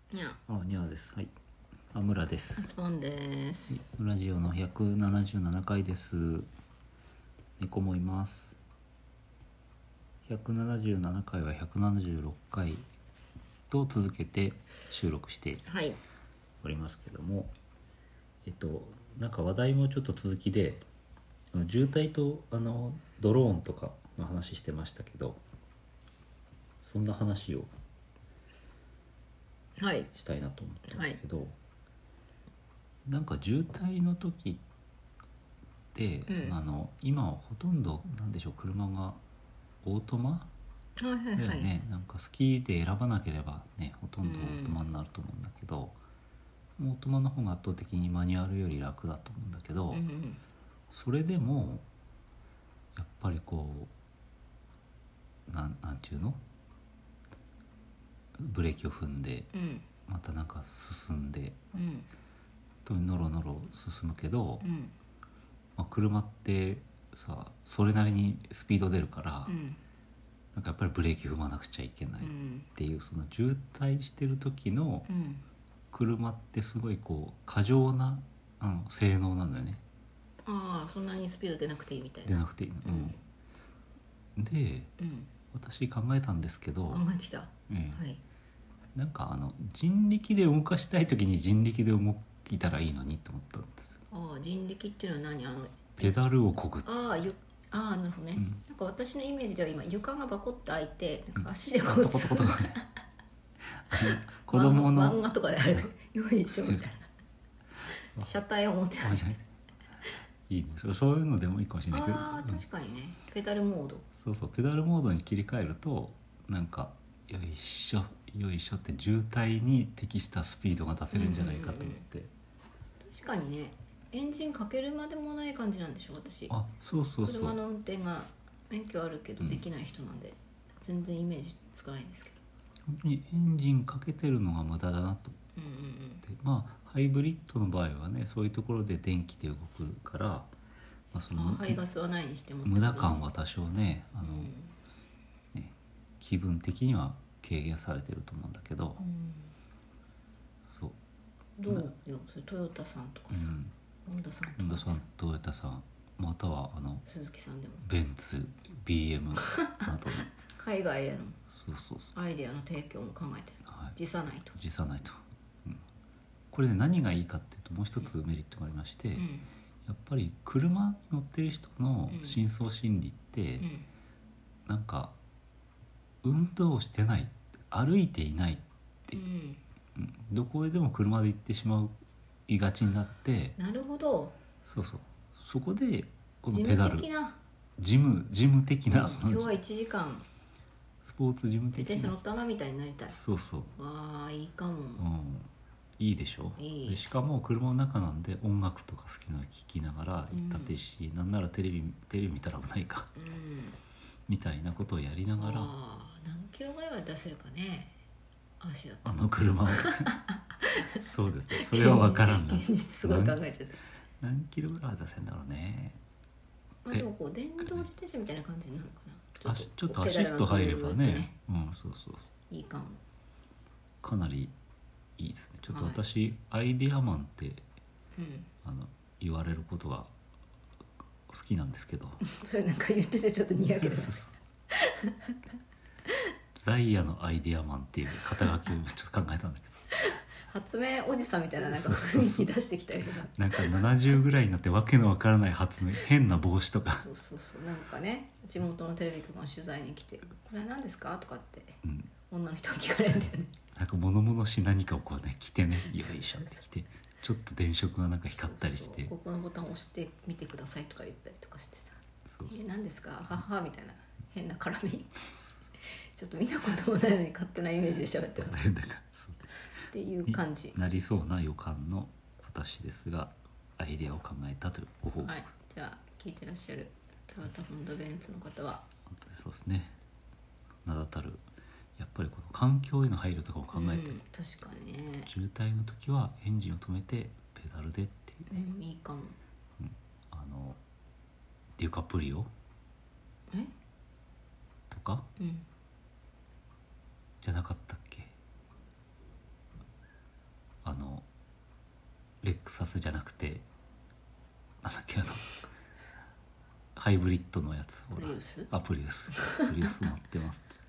にゃにゃーです。はい。村でアす。 スポンです。 ラジオの177回です。猫もいます。177回は176回と続けて収録してはい。 おりますけども、なんか話題もちょっと続きで、渋滞とドローンとかの話してましたけど、そんな話をはい。 したいなと思ってますけど、なんか渋滞の時って、今はほとんどなんでしょう、車がオートマはいはいだよはい。 ね。なんか好きで選ばなければね、ほとんどオートマになると思うんだけど、オートマの方が圧倒的にマニュアルより楽だと思うんだけど、それでもやっぱりこうなんていうの、ブレーキを踏んでまたなんか進んでとノロノロ進むけど、車ってさ、それなりにスピード出るから、なんかやっぱりブレーキ踏まなくちゃいけないっていう、その渋滞してる時の車ってすごいこう過剰な性能なんだよね。 ああ、そんなにスピード出なくていいみたいな。 出なくていいの、で、私考えたんですけど、 考えてた。はい。 なんか人力で動かしたい時に人力で動いたらいいのにと思ったんです。 ああ、人力っていうのは何？ ペダルをこぐ。 なるほどね。なんか私のイメージでは今床がバコッと開いて、なんか足でこうトコトコトコね子供の漫画とかであるよいしょみたいな。車体を持ってない。 いいね、そういうのでもいいかもしれないけど、 ああ、確かにね。ペダルモード。 そうそう、ペダルモードに切り替えるとなんかよいしょよいしょって渋滞に適したスピードが出せるんじゃないかと思って、 確かにね。エンジンかけるまでもない感じなんでしょ、私。 そうそうそう、 車の運転が免許あるけどできない人なんで、全然イメージつかないんですけど。 本当にエンジンかけてるのが無駄だなと思って、まあハイブリッドの場合はね、そういうところで電気で動くから、その排ガスはないにしても無駄感は多少ね、ね、気分的には軽減されてると思うんだけど、そうどうよ、それトヨタさんとかさ、ホンダさんとかさ、 トヨタさん、または鈴木さんでもベンツ BM などの海外へのそうアイデアの提供も考えてる、辞さないと。 これで何がいいかっていうと、もう一つメリットがありまして、やっぱり車に乗ってる人の深層心理って、なんか運動してない、歩いていないって、どこへでも車で行ってしまいがちになって、 なるほど、 そこでこのペダル、ジム的な、 今日は1時間スポーツジム的な自転車乗ったなみたいになりたい。 わあ、いいかも、 いいでしょ。でしかも車の中なんで音楽とか好きなの聴きながら行ったってし、なんならテレビ見たら危ないか、みたいなことをやりながら、 何キロぐらいまで出せるかね、足だと車をそうですね、それは分からんな。 すごい考えちゃった。 何キロぐらいは出せるんだろうね。 でもこう電動自転車みたいな感じになるのかな。 ちょっとアシスト入ればね、 いいかも。 かなりいいですね。ちょっと私、アイデアマンって、言われることが好きなんですけどそれなんか言っててちょっとにやけてますザイヤのアイデアマンっていう肩書きをちょっと考えたんだけど発明おじさんみたいな、なんか雰囲気出してきたよなんか70ぐらいになってわけのわからない発明、変な帽子とかそうなんかね、地元のテレビ局が取材に来て、これは何ですかとかって、女の人に聞かれるんだよね。 なんか物々し何かをこうね着てね、よいしょって着て、ちょっと電飾がなんか光ったりして、 ここのボタンを押してみてくださいとか言ったりとかしてさ、何ですかははみたいな変な絡みちょっと見たこともないのに勝手なイメージで喋ってますっていう感じなりそうな予感の私ですが、アイデアを考えたというご報告。 じゃあ聞いてらっしゃるトヨタホンダベンツの方は、 本当にそうですね、名だたるやっぱりこの環境への配慮とかを考えて、 確かにね、 渋滞の時はエンジンを止めてペダルでっていうね、 いいかも。 デュカプリオとか、じゃなかったっけ、 レクサスじゃなくてなんだっけハイブリッドのやつプリウスプリウス乗ってますって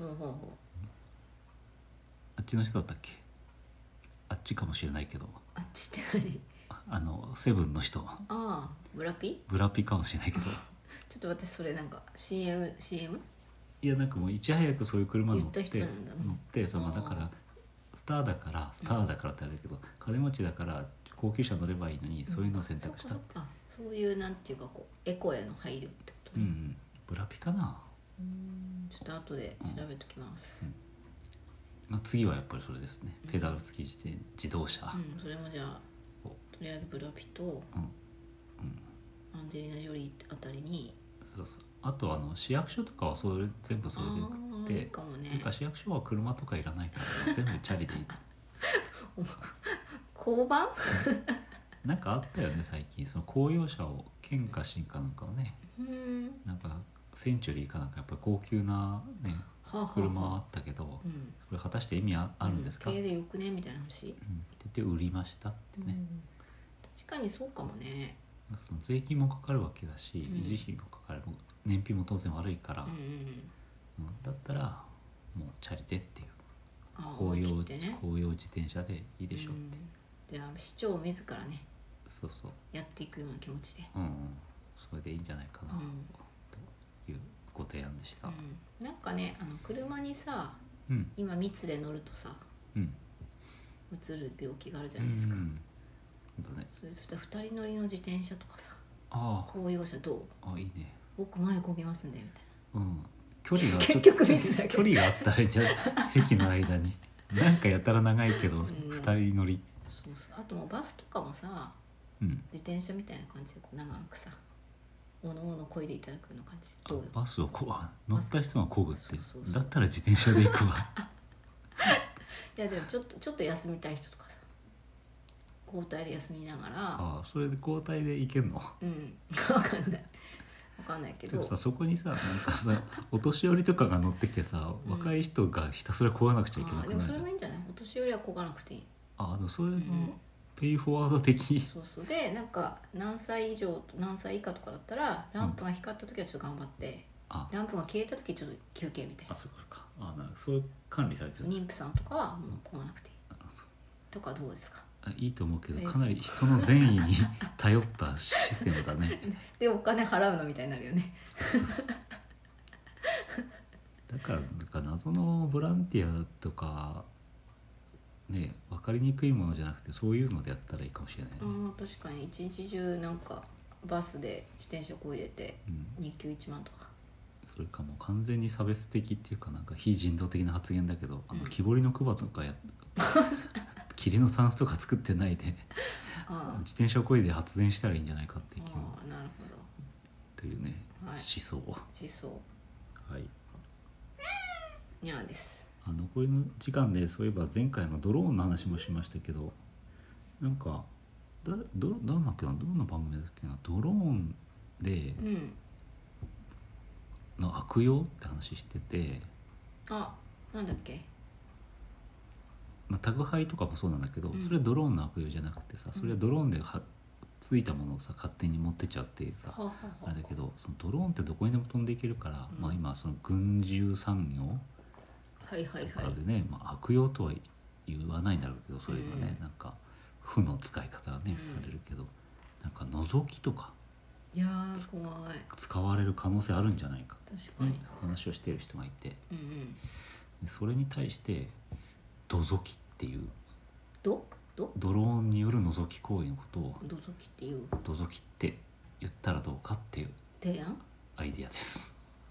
あっちの人だったっけ？あっちかもしれないけど、 あっちって何？ セブンの人、 ブラピかもしれないけどちょっと私それなんか CM？ いやなんかもういち早くそういう車乗って言った人なんだね乗ってだからスターだからってあれだけど、金持ちだから高級車乗ればいいのに、そういうのを選択したって、 そういうなんていうかこうエコへの配慮ってことね。 ブラピかな。 ちょっと後で調べときます、 次はやっぱりそれですね、ペダル付き自動車、 それもじゃあとりあえずブラピと、アンジェリーナ・ジョリーあたりにそうあと市役所とかは全部それでよくて、 いいかもね、 ていうか市役所は車とかいらないから全部チャリでいい交番なんかあったよね最近、その公用車を県か新かなんかのね、なんかセンチュリーかなんかやっぱり高級なね車あったけど、これ果たして意味あるんですか、 経営でよくねみたいな話、って言って売りましたってね、 確かにそうかもね。 その税金もかかるわけだし、維持費もかかる、燃費も当然悪いから、だったらもうチャリでっていう公用自転車でいいでしょうって、 じゃあ市長自らねそうやっていくような気持ちで、 それでいいんじゃないかな、というご提案でした、 なんかね車にさ、今密で乗るとさ、うつる病気があるじゃないですか、そしたら2人乗りの自転車とかさ、公用車どう？ いいね、 僕前こぎますんでみたいな、 距離が結局密だけど距離があったらじゃあ席の間になんかやたら長いけど2人乗り、 あともうバスとかもさ、自転車みたいな感じでこう長くさおのおの漕いでいただくような感じ、どうよ？ バスを乗った人が漕ぐって、だったら自転車で行くわいやでもちょっと休みたい人とかさ、交代で休みながら、 それで交代で行けんの？ 分かんないけどさ、そこにさなんかさお年寄りとかが乗ってきてさ、若い人がひたすら漕がなくちゃいけなくない？ でもそれもいいんじゃない？お年寄りは漕がなくていい。 でもそういうの、ペイフォワード的。 そうでなんか何歳以上と何歳以下とかだったらランプが光った時はちょっと頑張って、ランプが消えた時ちょっと休憩みたいな。 そうか。なんかそういう管理されてる。 妊婦さんとかはもう漕がなくていい。とかどうですか？いいと思うけど、かなり人の善意に頼ったシステムだねでお金払うのみたいになるよねだから謎のボランティアとかね、分かりにくいものじゃなくてそういうのでやったらいいかもしれないね。 確かに一日中なんかバスで自転車こいでて、日給1万とか。 それかもう完全に差別的っていうかなんか非人道的な発言だけど、木彫りのクバとか霧のタンスとか作ってないで自転車をこいで発電したらいいんじゃないかっていう気も。 なるほどというね、思想はいにゃーです。 残りの時間でそういえば前回のドローンの話もしましたけど、なんかどんな番組だっけな、ドローンでの悪用って話してて、 なんだっけ、 宅配とかもそうなんだけど、それはドローンの悪用じゃなくてさ、それはドローンでついたものをさ勝手に持ってっちゃうっていうさ、あれだけど、そのドローンってどこにでも飛んでいけるから、今その軍需産業とかでね、悪用とは言わないんだろうけど、それがね、なんか負の使い方がね、されるけど、なんか覗きとかいやー怖い使われる可能性あるんじゃないかって確かに話をしている人がいて、それに対して土覗きっていうドローンによる覗き行為のことを土覗きって言ったらどうかっていう提案アイディアです。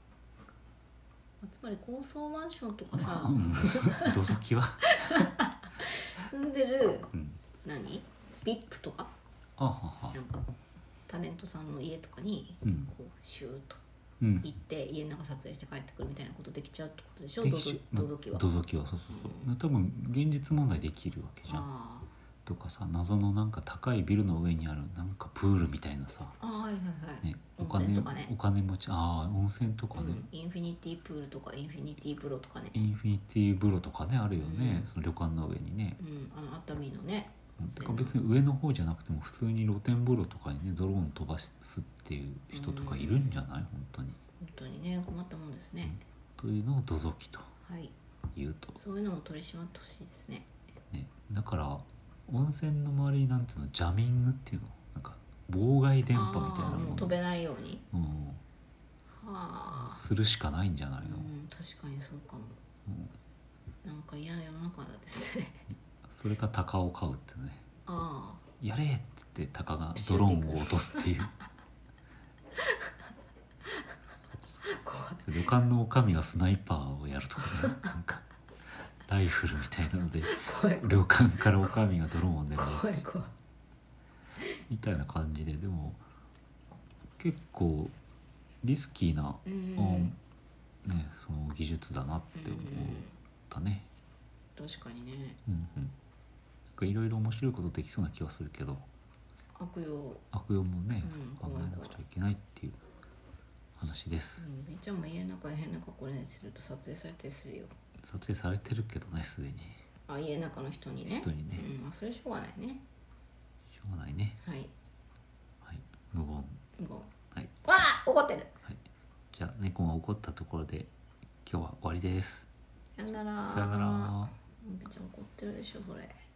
つまり高層マンションとかさ、 土覗きは住んでる、VIP とかなんかタレントさんの家とかにこうシューッと行って家の中撮影して帰ってくるみたいなことできちゃうってことでしょ、土覗きは。 土覗きはそう多分現実問題できるわけじゃん。とかさ、謎のなんか高いビルの上にあるなんかプールみたいなさ、お金持ち、温泉とかね、 インフィニティプールとかインフィニティ風呂とかね、 インフィニティ風呂とかねあるよね、その旅館の上にね、 熱海のねだから別に上の方じゃなくても普通に露天風呂とかにねドローン飛ばすっていう人とかいるんじゃない、本当に本当にね、困ったもんですね、 というのを土蔵機というと、 そういうのも取り締まってほしいですね。 だから温泉の周りになんていうの、ジャミングっていうの、なんか妨害電波みたいなもの飛べないように、 するしかないんじゃないの、 確かにそうかも、なんか嫌な世の中ですねそれか鷹を飼うってね、やれっつって鷹がドローンを落とすっていう旅館の女将がスナイパーをやるとかね、なんかライフルみたいなので旅館から女将がドローンを狙うみたいな感じで、でも結構リスキーな、その技術だなって思ったね。 確かにね。 いろいろ面白いことできそうな気はするけど、悪用もね、考えなくちゃいけないっていう話です。 めっちゃも家の中で変な格好ですると撮影されたりするよ。 撮影されてるけどね、すでに。 家の中の人にね。それしょうがないね。 しょうがないね。 はい。 無言。 はい。わあ、怒ってる。 はい。じゃあ猫が怒ったところで今日は終わりです。 さよなら。 さよなら。 めっちゃ怒ってるでしょそれ。